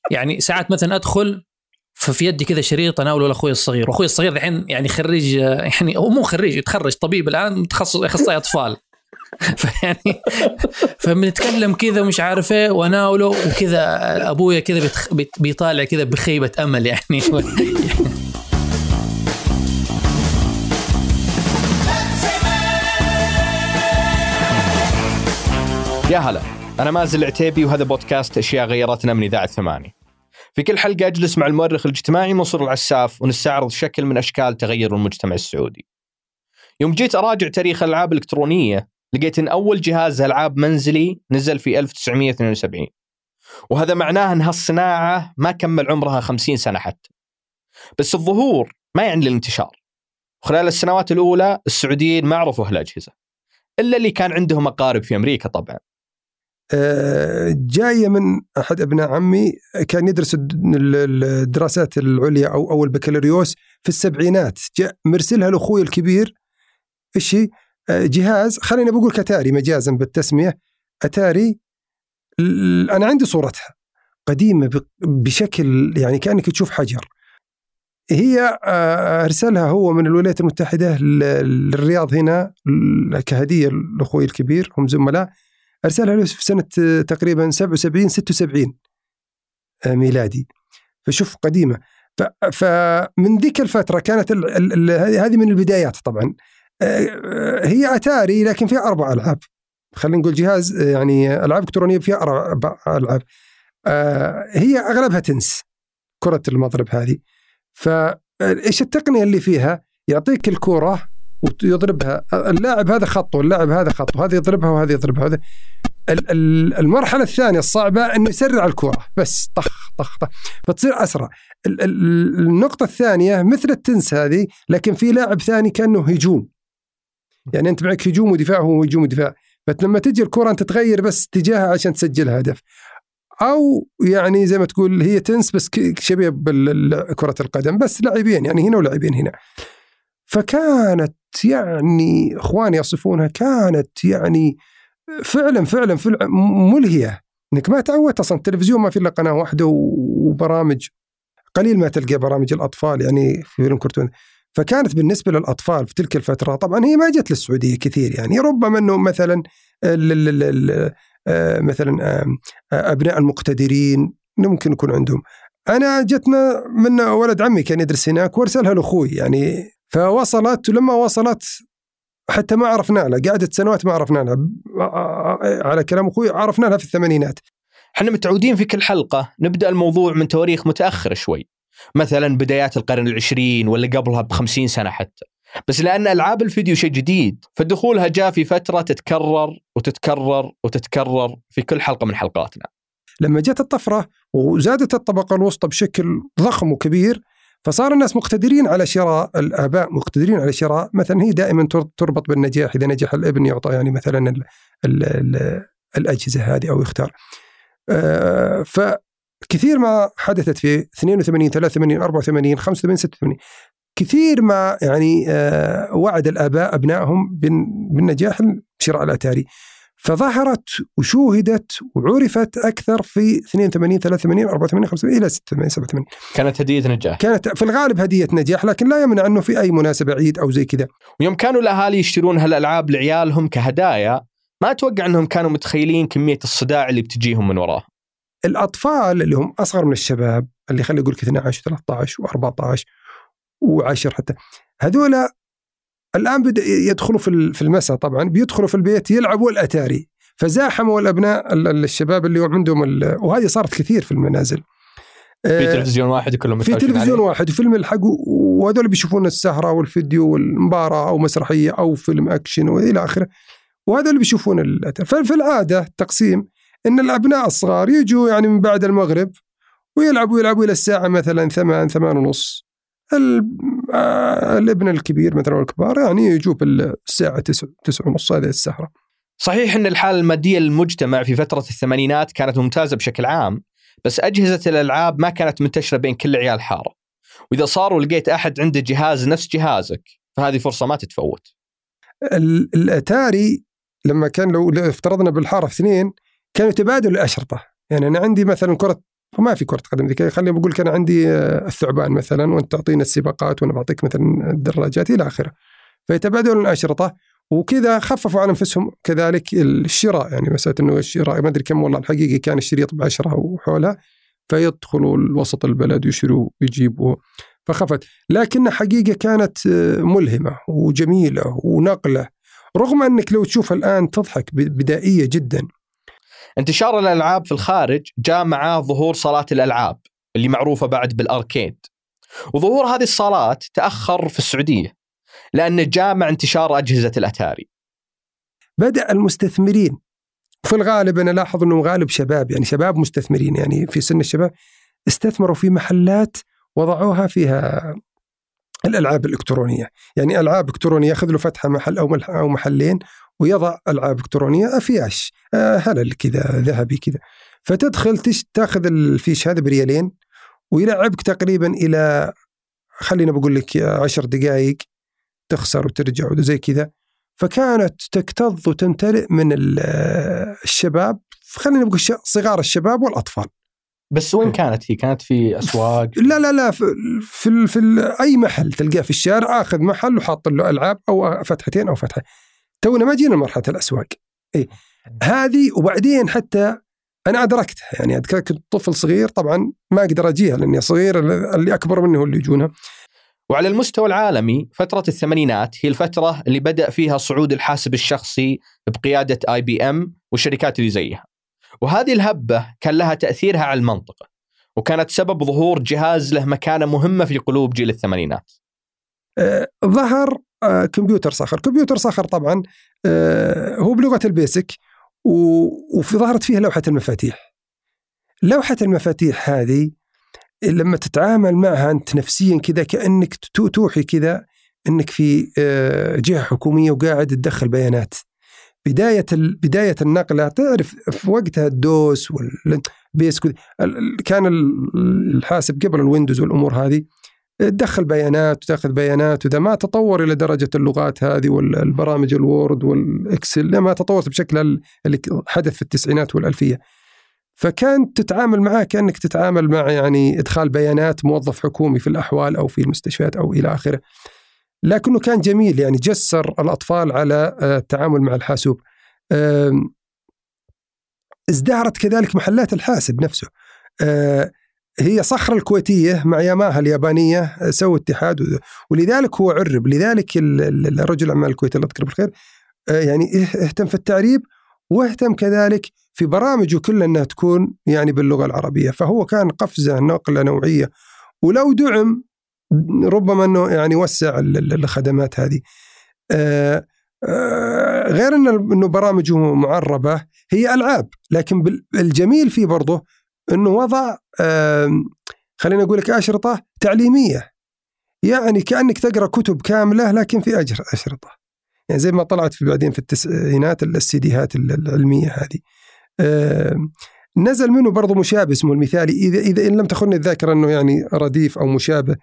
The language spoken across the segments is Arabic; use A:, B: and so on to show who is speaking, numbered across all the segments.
A: يعني ساعات مثلا أدخل ففي يدي كذا شريط أناوله لأخوي الصغير، وأخوي الصغير الحين يعني خريج، يعني هو مو خريج، يتخرج طبيب الآن، متخصص أخصائي أطفال. فيعني فبنتكلم كذا ومش عارف ايه واناوله وكذا، ابويا كذا بيطالع كذا بخيبة امل يعني.
B: يا هلا، انا مازن العتيبي وهذا بودكاست اشياء غيرتنا من اذاعة 8. في كل حلقة اجلس مع المؤرخ الاجتماعي منصور العساف ونستعرض شكل من اشكال تغير المجتمع السعودي. يوم جيت اراجع تاريخ الالعاب الالكترونية لقيت ان اول جهاز العاب منزلي نزل في 1972، وهذا معناه ان هالصناعة ما كمل عمرها 50 سنة حتى. بس الظهور ما يعني الانتشار، وخلال السنوات الاولى السعوديين ما عرفوا هالاجهزة الا اللي كان عندهم اقارب في امريكا. طبعا
C: جاية من أحد أبناء عمي كان يدرس الدراسات العليا أو البكالوريوس في السبعينات، جاء مرسلها لأخوي الكبير إيشي جهاز، خلينا بقول كتاري مجازا بالتسمية، أتاري. أنا عندي صورتها قديمة بشكل يعني كأنك تشوف حجر. هي أرسلها هو من الولايات المتحدة للرياض هنا كهدية لأخوي الكبير، هم زملاء. أرسلها له في سنة تقريبا 77-76 ميلادي، فشوف قديمة. فمن ذيك الفترة كانت هذه من البدايات. طبعا هي أتاري لكن فيها 4 ألعاب، خلينا نقول جهاز يعني ألعاب إلكترونية فيها 4 ألعاب. هي أغلبها تنس، كرة المضرب هذه. فإيش التقنية اللي فيها؟ يعطيك الكرة ويضربها اللاعب هذا خط واللاعب هذا خط، وهذا يضربها وهذا يضربها. المرحلة الثانية الصعبة أنه يسرع الكرة، بس طخ طخ طخ فتصير أسرع. النقطة الثانية مثل التنس هذه، لكن في لاعب ثاني كأنه هجوم، يعني أنت معك هجوم ودفاع، هو هجوم ودفاع، فلما تجي الكرة أنت تغير بس اتجاهها عشان تسجل هدف. أو يعني زي ما تقول هي تنس بس شبيه بالكرة القدم، بس لاعبين يعني هنا ولاعبين هنا. فكانت يعني إخواني يصفونها كانت يعني فعلا ملهية، إنك ما تعودت أصلا التلفزيون ما في إلا قناة واحدة وبرامج قليل ما تلقى برامج الأطفال يعني في فيلم كرتون. فكانت بالنسبة للأطفال في تلك الفترة، طبعا هي ما جت للسعودية كثير، يعني ربما أنه مثلا أبناء المقتدرين ممكن يكون عندهم. أنا جتنا من ولد عمي كان يدرس هناك وارسلها لأخوي يعني، فوصلت، ولما وصلت حتى ما عرفنا لها، قعدت سنوات ما عرفنا لها. على كلام أخوي عرفنا لها في الثمانينات.
B: احنا متعودين في كل حلقة نبدأ الموضوع من تواريخ متأخر شوي، مثلا بدايات القرن 20 ولا قبلها ب50 سنة حتى. بس لأن ألعاب الفيديو شيء جديد، فدخولها جاء في فترة تتكرر وتتكرر وتتكرر في كل حلقة من حلقاتنا.
C: لما جت الطفرة وزادت الطبقة الوسطى بشكل ضخم وكبير، فصار الناس مقتدرين على شراء، الآباء مقتدرين على شراء. مثلا هي دائما تربط بالنجاح، إذا نجح الابن يعطى يعني مثلا الأجهزة هذه أو يختار. فكثير ما حدثت في 82 83 84 85 86، كثير ما يعني وعد الآباء أبنائهم بالنجاح بشراء الأتاري، فظهرت وشوهدت وعرفت أكثر في 82 83 84 85 إلى 86 87.
B: كانت هدية نجاح،
C: كانت في الغالب هدية نجاح، لكن لا يمنع أنه في أي مناسبة عيد أو زي كذا.
B: ويوم كانوا الأهالي يشترون هالألعاب لعيالهم كهدايا، ما أتوقع أنهم كانوا متخيلين كمية الصداع اللي بتجيهم من وراها.
C: الأطفال اللي هم أصغر من الشباب، اللي خلي يقول 12 13 و14 و10 حتى، هذولا الآن بدأ يدخلوا في المساء، طبعا بيدخلوا في البيت يلعبوا الأتاري، فزاحموا الأبناء الشباب اللي عندهم وهذه صارت كثير في المنازل،
B: في تلفزيون واحد وكلهم
C: في تلفزيون واحد وفيلم الحق، وهذول بيشوفون السهرة والفيديو والمباراة أو مسرحية أو فيلم أكشن وإلى آخره، وهذا اللي بيشوفون الأتاري. ففي العادة التقسيم إن الأبناء الصغار يجوا يعني من بعد المغرب ويلعبوا إلى الساعة مثلا 8:30. الابن الكبير مثلا والكبار يعني يجوا بالساعة 9:30 هذه السهرة.
B: صحيح أن الحالة المادية للمجتمع في فترة الثمانينات كانت ممتازة بشكل عام، بس أجهزة الألعاب ما كانت منتشرة بين كل عيال حارة، وإذا صار ولقيت أحد عنده جهاز نفس جهازك فهذه فرصة ما تتفوت.
C: الأتاري لما كان لو افترضنا بالحارة 2 كانوا تبادل الأشرطة، يعني أنا عندي مثلا كرة فما في كرة قدم ذكية. خليني بقول لك أنا عندي الثعبان مثلا، وأنت تعطينا السباقات وأنا بعطيك مثلا الدراجات إلى آخره، فيتبادلون الأشرطة وكذا. خففوا عن أنفسهم كذلك الشراء، يعني مسألة إنه الشراء ما أدري كم والله الحقيقة كان الشريط ب10 وحولها، فيدخلوا الوسط البلد ويشروا ويجيبوا، فخفت. لكن حقيقة كانت ملهمة وجميلة ونقلة، رغم أنك لو تشوفها الآن تضحك، بدائية جدا.
B: انتشار الألعاب في الخارج جاء مع ظهور صالات الألعاب اللي معروفة بعد بالأركيد، وظهور هذه الصالات تأخر في السعودية لأنه جاء مع انتشار أجهزة الأتاري.
C: بدأ المستثمرين في الغالب، أنا لاحظ أنه غالب شباب، يعني شباب مستثمرين يعني في سن الشباب، استثمروا في محلات وضعوها فيها الألعاب الإلكترونية. يعني ألعاب إلكترونية، يأخذ له فتحة محل أو محلين ويضع ألعاب إلكترونية، أفياش هلل كذا ذهبي كذا، فتدخل تأخذ الفيش هذا بريالين ويلعبك تقريبا إلى، خلينا بقول لك 10 دقائق، تخسر وترجع وزي كذا. فكانت تكتظ وتمتلئ من الشباب، خلينا نقول صغار الشباب والأطفال.
B: بس وين كانت هي؟ كانت في أسواق؟
C: لا في أي محل تلقاه في الشارع، آخذ محل وحاط له ألعاب أو فتحتين أو فتحة. تونا ما جينا مرحلة الأسواق هذه. وبعدين حتى أنا أدركتها، يعني كنت طفل صغير طبعا ما أقدر أجيها لأني صغير، اللي أكبر منه اللي يجونها.
B: وعلى المستوى العالمي فترة الثمانينات هي الفترة اللي بدأ فيها صعود الحاسب الشخصي بقيادة IBM والشركات اللي زيها، وهذه الهبة كان لها تأثيرها على المنطقة، وكانت سبب ظهور جهاز له مكانة مهمة في قلوب جيل الثمانينات.
C: ظهر كمبيوتر صخر. كمبيوتر صخر طبعا هو بلغة البيسك، وفي ظهرت فيها لوحة المفاتيح. لوحة المفاتيح هذه لما تتعامل معها أنت نفسيا كذا، كأنك توحي كذا أنك في جهة حكومية وقاعد تدخل بيانات. بداية النقلة، تعرف في وقتها الدوس والبيسك كان الحاسب قبل الويندوز والأمور هذه، تدخل بيانات وتأخذ بيانات، وإذا ما تطور إلى درجة اللغات هذه والبرامج الوورد والإكسل، لما تطورت بشكل اللي حدث في التسعينات والألفية. فكانت تتعامل معها كأنك تتعامل مع يعني إدخال بيانات موظف حكومي في الأحوال أو في المستشفيات أو إلى آخره. لكنه كان جميل، يعني جسر الأطفال على التعامل مع الحاسوب. ازدهرت كذلك محلات الحاسب نفسه. هي صخرة الكويتية مع ياماها اليابانية سووا اتحاد، ولذلك هو عرب. لذلك الرجل أعمال الكويت الله يذكره بالخير يعني اهتم في التعريب، واهتم كذلك في برامجه كلها أنها تكون يعني باللغة العربية. فهو كان قفزة نقلة نوعية، ولو دعم ربما أنه يعني وسع الخدمات هذه. غير أنه برامجه معربة، هي ألعاب، لكن الجميل فيه برضه أنه وضع خلينا أقول لك أشرطة تعليمية، يعني كأنك تقرأ كتب كاملة لكن في أشرطة، يعني زي ما طلعت في بعدين في التسعينات السيديهات العلمية هذه. نزل منه برضو مشابه اسمه المثالي، إذا إن لم تخني الذاكرة أنه يعني رديف أو مشابه.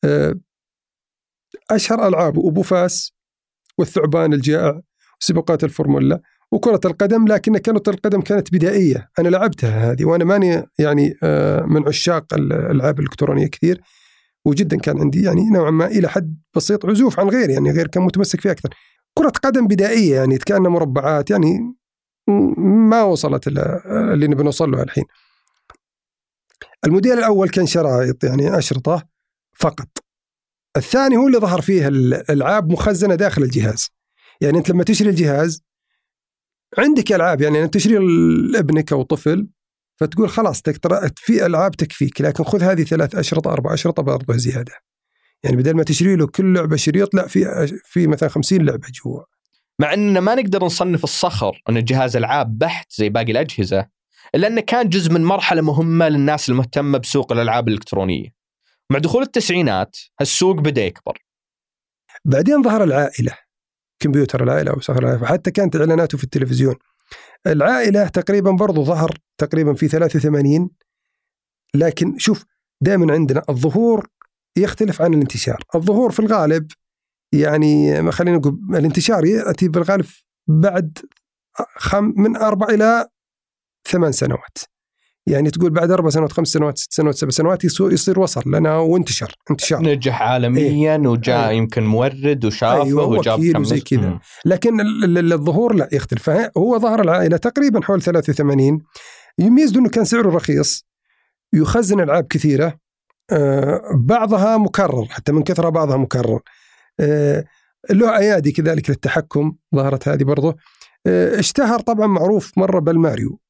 C: أشهر ألعابه أبو فاس والثعبان الجائع وسباقات الفورمولا وكرة القدم، لكن كرة القدم كانت بدائية. أنا لعبتها هذه وأنا ماني يعني من عشاق الألعاب الإلكترونية كثير، وجدا كان عندي يعني نوعا ما إلى حد بسيط عزوف عن غير، يعني غير كان متمسك فيها أكثر. كرة قدم بدائية يعني كأنها مربعات، يعني ما وصلت اللي نبي نوصل له الحين. الموديل الأول كان شرائط يعني أشرطة فقط. الثاني هو اللي ظهر فيه الألعاب مخزنة داخل الجهاز. يعني أنت لما تشري الجهاز عندك ألعاب، يعني أنت تشري لابنك أو طفل فتقول خلاص في ألعاب تكفيك، لكن خذ هذه 3 أشرطة 4 أشرطة برضه زيادة. يعني بدل ما تشري له كل لعبة شريط، لا في مثلا 50 لعبة جوا.
B: مع أننا ما نقدر نصنف الصخر أن الجهاز ألعاب بحت زي باقي الأجهزة، إلا أنه كان جزء من مرحلة مهمة للناس المهتمة بسوق الألعاب الإلكترونية. مع دخول التسعينات هالسوق بدأ يكبر.
C: بعدين ظهر العائلة، كمبيوتر العائلة أو صخر العائلة، حتى كانت إعلاناته في التلفزيون. العائلة تقريبا برضو ظهر تقريبا في 83. لكن شوف دائما عندنا الظهور يختلف عن الانتشار. الظهور في الغالب يعني خلينا نقول الانتشار يأتي بالغالب بعد من 4 إلى 8 سنوات. يعني تقول بعد 4 سنوات 5 سنوات 6 سنوات 7 سنوات يصير وصل لنا وانتشر
B: نجح عالميا وجاء يمكن مورد وشافه وجاب كم
C: وزي كذا. لكن الظهور لا يختلف. هو ظهر العائلة تقريبا حول 83. يميز أنه كان سعره رخيص، يخزن ألعاب كثيرة، بعضها مكرر حتى من كثرة بعضها مكرر، له أيادي كذلك للتحكم ظهرت هذه برضه. اشتهر طبعا معروف مرة بالماريو.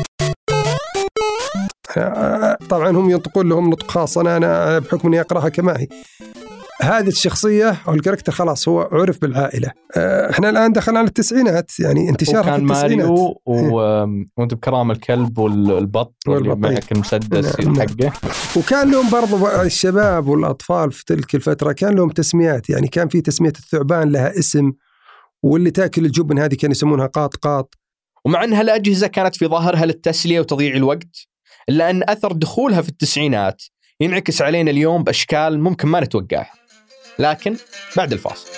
C: طبعا هم ينطقون لهم نطق خاص، أنا بحكم أني أقرأها كما هي. هذه الشخصية أو الكاركتر خلاص هو عرف بالعائلة. احنا الآن دخلنا على التسعينات، يعني انتشار في التسعينات.
B: ماريو وانت بكرام الكلب والبط معك المسدس حقه.
C: وكان لهم برضو الشباب والأطفال في تلك الفترة كان لهم تسميات، يعني كان في تسمية الثعبان لها اسم، واللي تاكل الجبن هذه كانوا يسمونها قاط.
B: ومع أنها الأجهزة كانت في ظاهرها للتسلية وتضييع الوقت، إلا أن أثر دخولها في التسعينات ينعكس علينا اليوم بأشكال ممكن ما نتوقعها. لكن بعد الفاصل.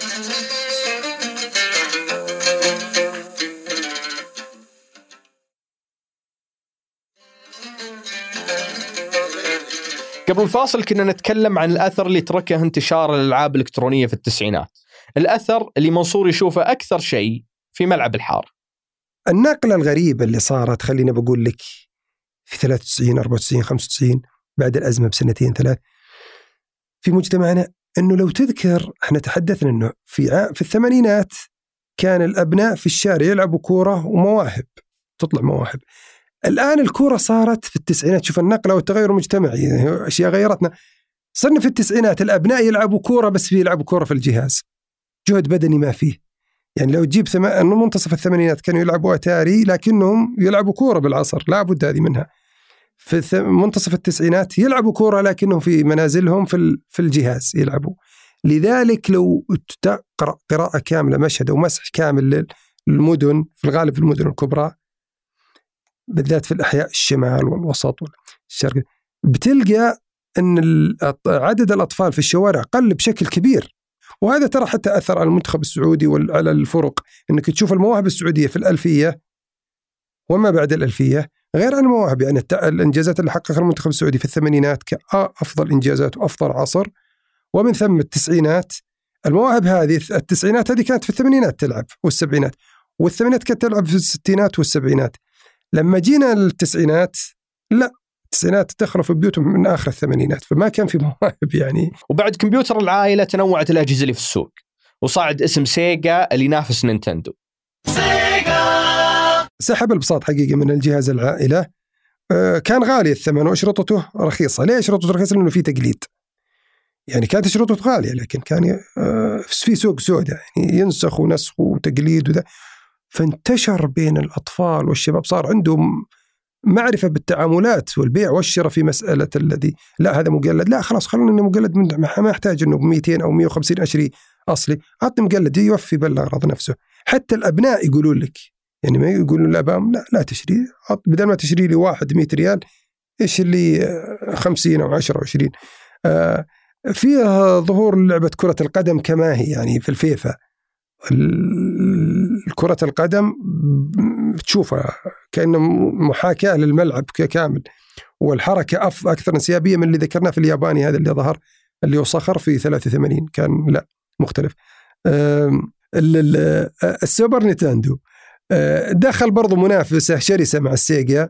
B: قبل الفاصل كنا نتكلم عن الأثر اللي تركه انتشار الألعاب الإلكترونية في التسعينات، الأثر اللي منصور يشوفه أكثر شيء في ملعب الحارة.
C: النقلة الغريبة اللي صارت، خلينا بقول لك في 93 94 95 بعد الأزمة بسنتين 3 في مجتمعنا، أنه لو تذكر احنا تحدثنا أنه في الثمانينات كان الأبناء في الشارع يلعبوا كورة ومواهب تطلع مواهب. الآن الكورة صارت في التسعينات، شوف النقلة والتغير المجتمعي، أشياء غيرتنا. صرنا في التسعينات الأبناء يلعبوا كورة بس يلعبوا كورة في الجهاز، جهد بدني ما فيه. يعني لو تجيب منتصف الثمانينات كانوا يلعبوا أتاري لكنهم يلعبوا كورة بالعصر، لا بد هذه منها. في منتصف التسعينات يلعبوا كورة لكنهم في منازلهم في الجهاز يلعبوا. لذلك لو تقرأ قراءة كاملة مشهد ومسح كامل للمدن، في الغالب في المدن الكبرى بالذات في الأحياء الشمال والوسط والشرق، بتلقى أن عدد الأطفال في الشوارع قل بشكل كبير. وهذا ترى حتى أثر على المنتخب السعودي وعلى الفرق، أنك تشوف المواهب السعودية في الألفية وما بعد الألفية غير عن المواهب. يعني الإنجازات اللي حققها المنتخب السعودي في الثمانينات كأفضل إنجازات وأفضل عصر، ومن ثم التسعينات المواهب هذه. التسعينات هذه كانت في الثمانينات تلعب، والسبعينات، والثمانينات كانت تلعب في الستينات والسبعينات. لما جينا التسعينات لا، التسعينات دخلوا في بيوتهم من آخر الثمانينات، فما كان في مواهب يعني.
B: وبعد كمبيوتر العائلة تنوعت الأجهزة اللي في السوق، وصعد اسم سيجا اللي ينافس نينتندو.
C: سحب البساط حقيقة من الجهاز العائلة. كان غالي الثمن وأشرطته رخيصة. ليه أشرطته رخيصة؟ لأنه فيه تقليد. يعني كانت أشرطته غالية لكن كان في سوق سوداء، يعني ينسخ ونسخ وتقليد وذا. فانتشر بين الأطفال والشباب، صار عندهم معرفة بالتعاملات والبيع والشراء في مسألة الذي لا هذا مقلد، لا خلاص خلونا إنه مقلد، ما يحتاج إنه ب200 أو 150 أشري أصلي، عطني مقلد يوفي بالأغراض نفسه. حتى الأبناء يقولون لك، يعني ما يقولون لأباهم لا تشري، بدل ما تشري لي واحد 100 ريال اشتري لي 50 أو 10 أو 20. فيها ظهور لعبة كرة القدم كما هي، يعني في الفيفا كرة القدم تشوفها كأنه محاكاة للملعب كامل، والحركة أكثر انسيابية من اللي ذكرناه في الياباني هذا اللي ظهر اللي هو صخر في 83 كان لا مختلف. السوبر نينتندو دخل برضو منافسة شرسة مع السيجا،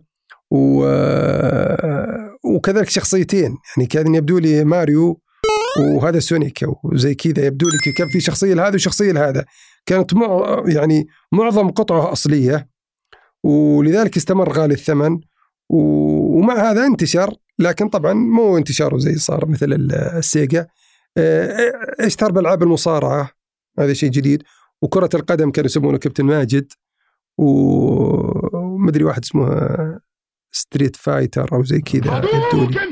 C: وكذلك شخصيتين، يعني كان يبدو لي ماريو وهذا سونيك وزي كذا، يبدو لك كان في شخصية لهذا وشخصية لهذا، كانت يعني معظم قطعه أصلية، ولذلك استمر غالي الثمن. ومع هذا انتشر، لكن طبعا مو انتشاره زي صار مثل السيجا. اشتهر بألعاب المصارعة، هذا شيء جديد. وكرة القدم كانوا يسمونه كابتن ماجد، ومدري واحد اسمه ستريت فايتر أو زي كذا يبدو لي.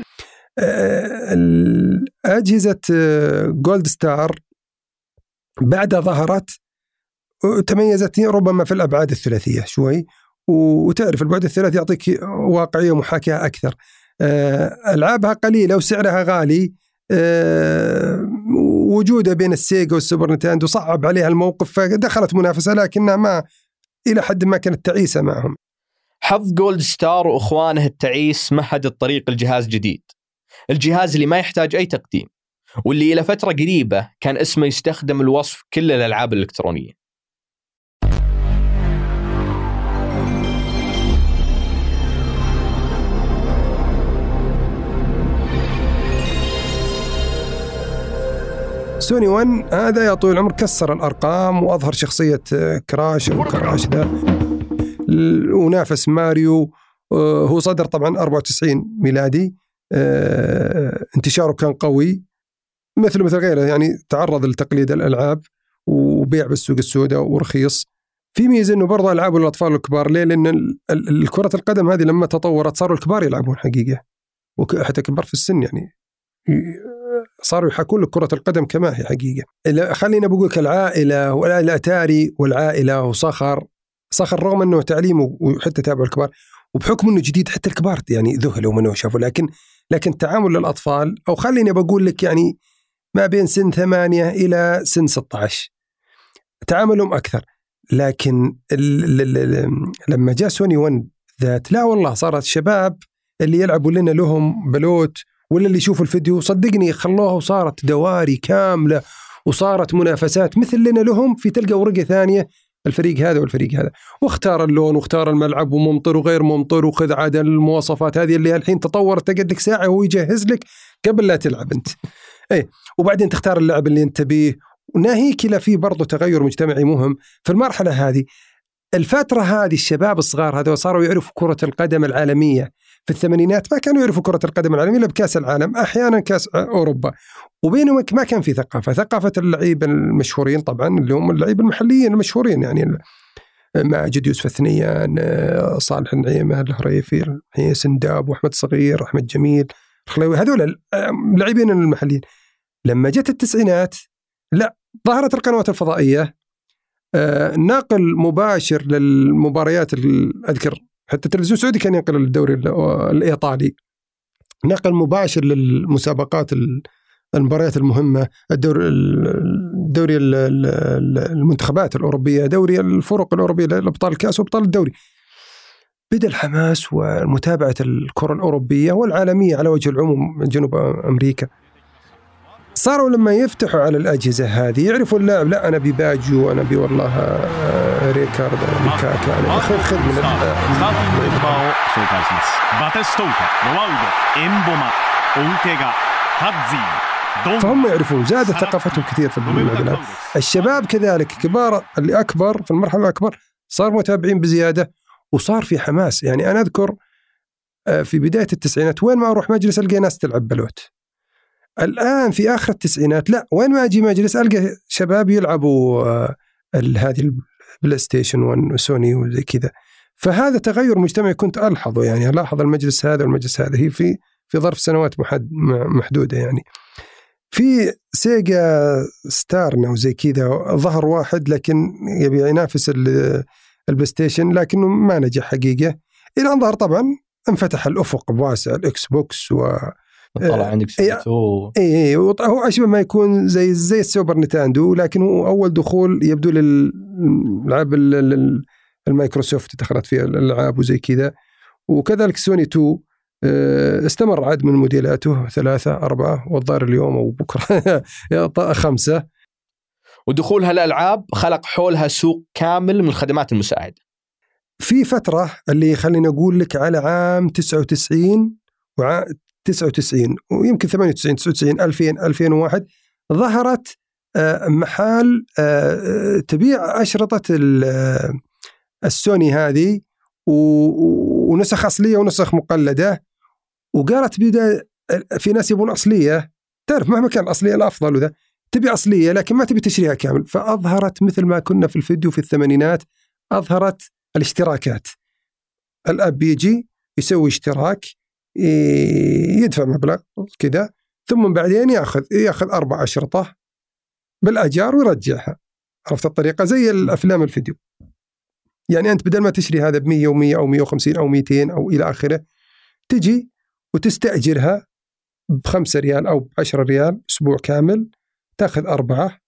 C: أجهزة جولد ستار بعدها ظهرت، تميزت ربما في الأبعاد الثلاثية شوي، وتعرف البعد الثلاثي يعطيك واقعية ومحاكاة أكثر. ألعابها قليلة وسعرها غالي. وجودها بين السيجا والسوبر نينتندو صعب عليها الموقف، فدخلت منافسة لكنها ما إلى حد ما كانت تعيسة معهم.
B: حظ جولد ستار وإخوانه التعيس مهد الطريق الجهاز جديد، الجهاز اللي ما يحتاج أي تقديم، واللي إلى فترة قريبة كان اسمه يستخدم الوصف كل الألعاب الإلكترونية.
C: سوني 1 هذا يا طويل العمر كسر الأرقام وأظهر شخصية كراش أو كراش ذا، ونافس ماريو. هو صدر طبعا 94 ميلادي. انتشاره كان قوي مثل غيره، يعني تعرض لتقليد الألعاب وبيع بالسوق السوداء ورخيص. في ميزة إنه برضه ألعاب للأطفال والكبار. ليه؟ لأن كرة القدم هذه لما تطورت صاروا الكبار يلعبون حقيقة، وحتى كبار في السن يعني صاروا يحكون لك كرة القدم كما هي حقيقة. خلينا بقولك العائلة والأتاري والعائلة وصخر رغم أنه تعليمه وحتى تابع الكبار، وبحكم أنه جديد حتى الكبار يعني ذهلوا منه وشافوا، لكن تعامل للأطفال، أو خلينا بقول لك يعني ما بين سن 8 إلى سن 16 تعاملهم أكثر. لكن لما جاء سوني 1 ذات، لا والله صارت الشباب اللي يلعبوا لنا لهم بلوت ولا اللي يشوفوا الفيديو صدقني خلوها، وصارت دواري كاملة وصارت منافسات مثل لنا لهم، في تلقى ورقة ثانية الفريق هذا والفريق هذا، واختار اللون واختار الملعب وممطر وغير ممطر، وخذ عاد المواصفات هذه اللي الحين تطورت، تقعدك ساعة وهو يجهز لك قبل لا تلعب انت. وبعدين تختار اللعب اللي انت بيه، وناهيك لا فيه برضو تغير مجتمعي مهم في المرحلة هذه. الفترة هذه الشباب الصغار هذا صاروا يعرفوا كرة القدم العالمية. في الثمانينات ما كانوا يعرفوا كرة القدم العالمية إلا بكأس العالم، أحيانا كأس أوروبا، وبينهم ما كان في ثقافة اللعيبة المشهورين طبعا اللي هم اللعيبة المحليين المشهورين، يعني ماجد يوسف الثنيان، صالح النعيمة، الهريفي، سنداب، وأحمد صغير، أحمد جميل، الخليوي، هذول اللاعبين المحليين. لما جت التسعينات لا، ظهرت القنوات الفضائية، نقل مباشر للمباريات. أذكر حتى التلفزيون السعودي كان ينقل الدوري الإيطالي، نقل مباشر للمسابقات المباريات المهمة، الدوري المنتخبات الأوروبية، دوري الفرق الأوروبية، الأبطال الكأس وأبطال الدوري. بدأ الحماس ومتابعة الكرة الأوروبية والعالمية على وجه العموم من جنوب أمريكا. صاروا لما يفتحوا على الأجهزة هذه يعرفوا اللاعب، لا أنا بباجيو، أنا بي والله ريكاردو، ميكاكا، أنا خذ من فهم يعرفون. زادت ثقافتهم كثير في الملعب. الشباب كذلك كبار اللي أكبر في المرحلة الأكبر صار متابعين بزيادة، وصار في حماس. يعني أنا أذكر في بداية التسعينات وين ما أروح مجلس ألقى ناس تلعب بلوت. الآن في آخر التسعينات لا، وين ما أجي مجلس ألقى شباب يلعبوا هذه البلاي ستيشن وسوني وزي كذا. فهذا تغير مجتمعي كنت ألحظه، يعني ألاحظ المجلس هذا والمجلس هذا، هي في ظرف سنوات محدودة. يعني في سيجا ستارنا وزي كذا ظهر واحد لكن يبي ينافس البلاي ستيشن لكنه ما نجح حقيقة، إلى أن ظهر طبعا انفتح الأفق بواسع الإكس بوكس
B: طلع عندك سويتو.
C: هو أشبه ما يكون زي السوبر نينتندو، لكن هو أول دخول يبدو للعاب المايكروسوفت دخلت فيها الألعاب وزي كذا. وكذلك سوني 2 استمر عدد من موديلاته 3 4 والظاهر اليوم أو بكرة 5.
B: ودخول هالألعاب خلق حولها سوق كامل من الخدمات المساعدة.
C: في فترة اللي خلينا نقول لك على عام 99 ويمكن 98 99 2000 2001 ظهرت محال تبيع أشرطة السوني هذه ونسخ أصلية ونسخ مقلدة. وقالت بدأ في ناس يبون أصلية، تعرف مهما كان الأصلية الأفضل وذا، تبي أصلية لكن ما تبي تشريها كامل. فأظهرت مثل ما كنا في الفيديو في الثمانينات، أظهرت الاشتراكات. الأب يجي يسوي اشتراك، يدفع مبلغ كذا، ثم بعدين ياخذ 4 أشرطة بالأجار ويرجعها. عرفت الطريقة؟ زي الأفلام الفيديو. يعني أنت بدل ما تشري هذا ب100 و100 أو 150 أو 200 أو إلى آخره، تجي وتستأجرها ب5 ريال أو ب10 ريال أسبوع كامل، تأخذ 4،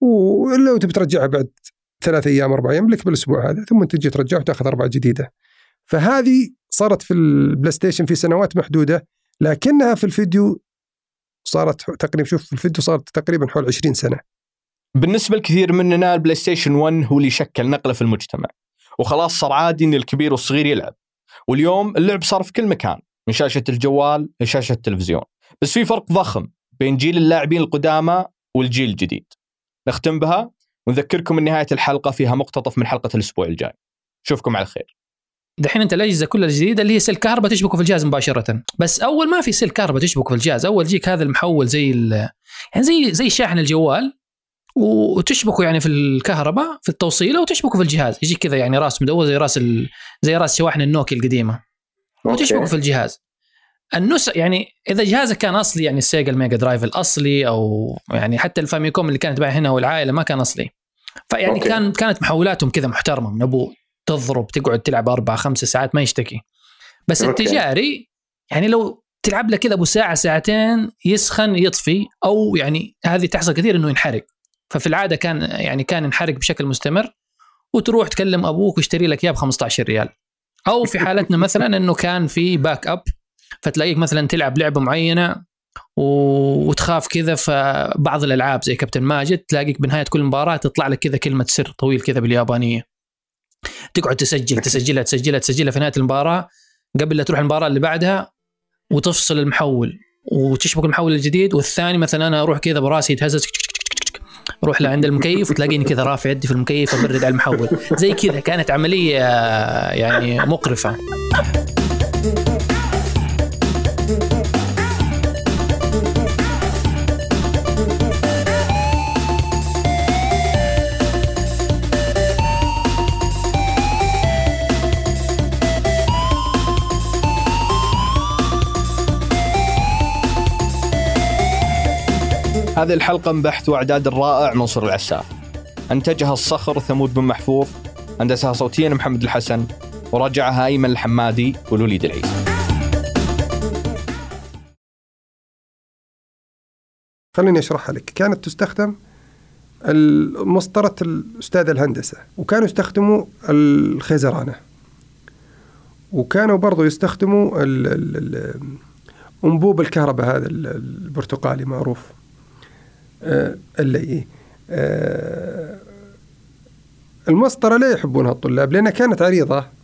C: ولو تبي ترجعها بعد 3 أيام 4 أيام لك بالأسبوع هذا، ثم تجي ترجعها وتأخذ 4 جديدة. فهذه صارت في البلاي ستيشن في سنوات محدودة، لكنها في الفيديو صارت تقريبا، شوف في الفيديو صارت تقريبا حول 20 سنة.
B: بالنسبة لكثير مننا البلاي ستيشن 1 هو اللي شكل نقلة في المجتمع، وخلاص صار عادي إن الكبير والصغير يلعب. واليوم اللعب صار في كل مكان، من شاشة الجوال لشاشة التلفزيون. بس في فرق ضخم بين جيل اللاعبين القدامى والجيل الجديد، نختم بها ونذكركم أن نهاية الحلقة فيها مقتطف من حلقة الأسبوع الجاي. شوفكم على خير.
A: دحين انت الاجهزه كلها الجديده اللي هي سلك كهرباء تشبكه في الجهاز مباشره، بس اول ما في سلك كهرباء تشبكه في الجهاز، اول يجيك هذا المحول زي يعني زي شاحن الجوال، وتشبكه يعني في الكهرباء في التوصيله وتشبكه في الجهاز، يجيك كذا يعني راس مدور زي راس شواحن النوكيا القديمه، وتشبكه في الجهاز. يعني اذا جهازك كان اصلي، يعني السيجا الميجا درايف الاصلي، او يعني حتى الفاميكوم اللي كانت تباع هنا والعائله ما كان اصلي، فيعني كانت محولاتهم كذا محترمه من ابوه، تضرب تقعد تلعب 4-5 ساعات ما يشتكي. بس التجاري يعني لو تلعب له كذا ابو ساعه ساعتين يسخن يطفي، او يعني هذه تحصل كثير انه ينحرق. ففي العاده كان ينحرق بشكل مستمر، وتروح تكلم ابوك ويشتري لك اياه ب15 ريال. او في حالتنا مثلا انه كان في باك اب، فتلاقيك مثلا تلعب لعبه معينه وتخاف كذا، فبعض الالعاب زي كابتن ماجد تلاقيك بنهايه كل مباراه تطلع لك كذا كلمه سر طويل كذا باليابانيه، تقعد تسجلها في نهايه المباراه قبل لا تروح المباراه اللي بعدها، وتفصل المحول وتشبك المحول الجديد والثاني. مثلا انا اروح كذا براسي يتهزز، اروح لعند المكيف وتلاقيني كذا رافع يدي في المكيف وبرد على المحول زي كذا. كانت عمليه يعني مقرفه.
B: هذه الحلقة من بحث وإعداد الرائع منصور العساف، أنتجها الصخر ثمود بن محفوظ، هندسها صوتيا محمد الحسن، وراجعها أيمن الحمادي ولوليد العيسى.
C: خليني أشرحها لك. كانت تستخدم مسطرة الأستاذ الهندسة، وكانوا يستخدموا الخيزرانة، وكانوا برضو يستخدموا أنبوب الكهرباء هذا البرتقالي معروف اللي المسطرة لا يحبونها الطلاب لأنها كانت عريضة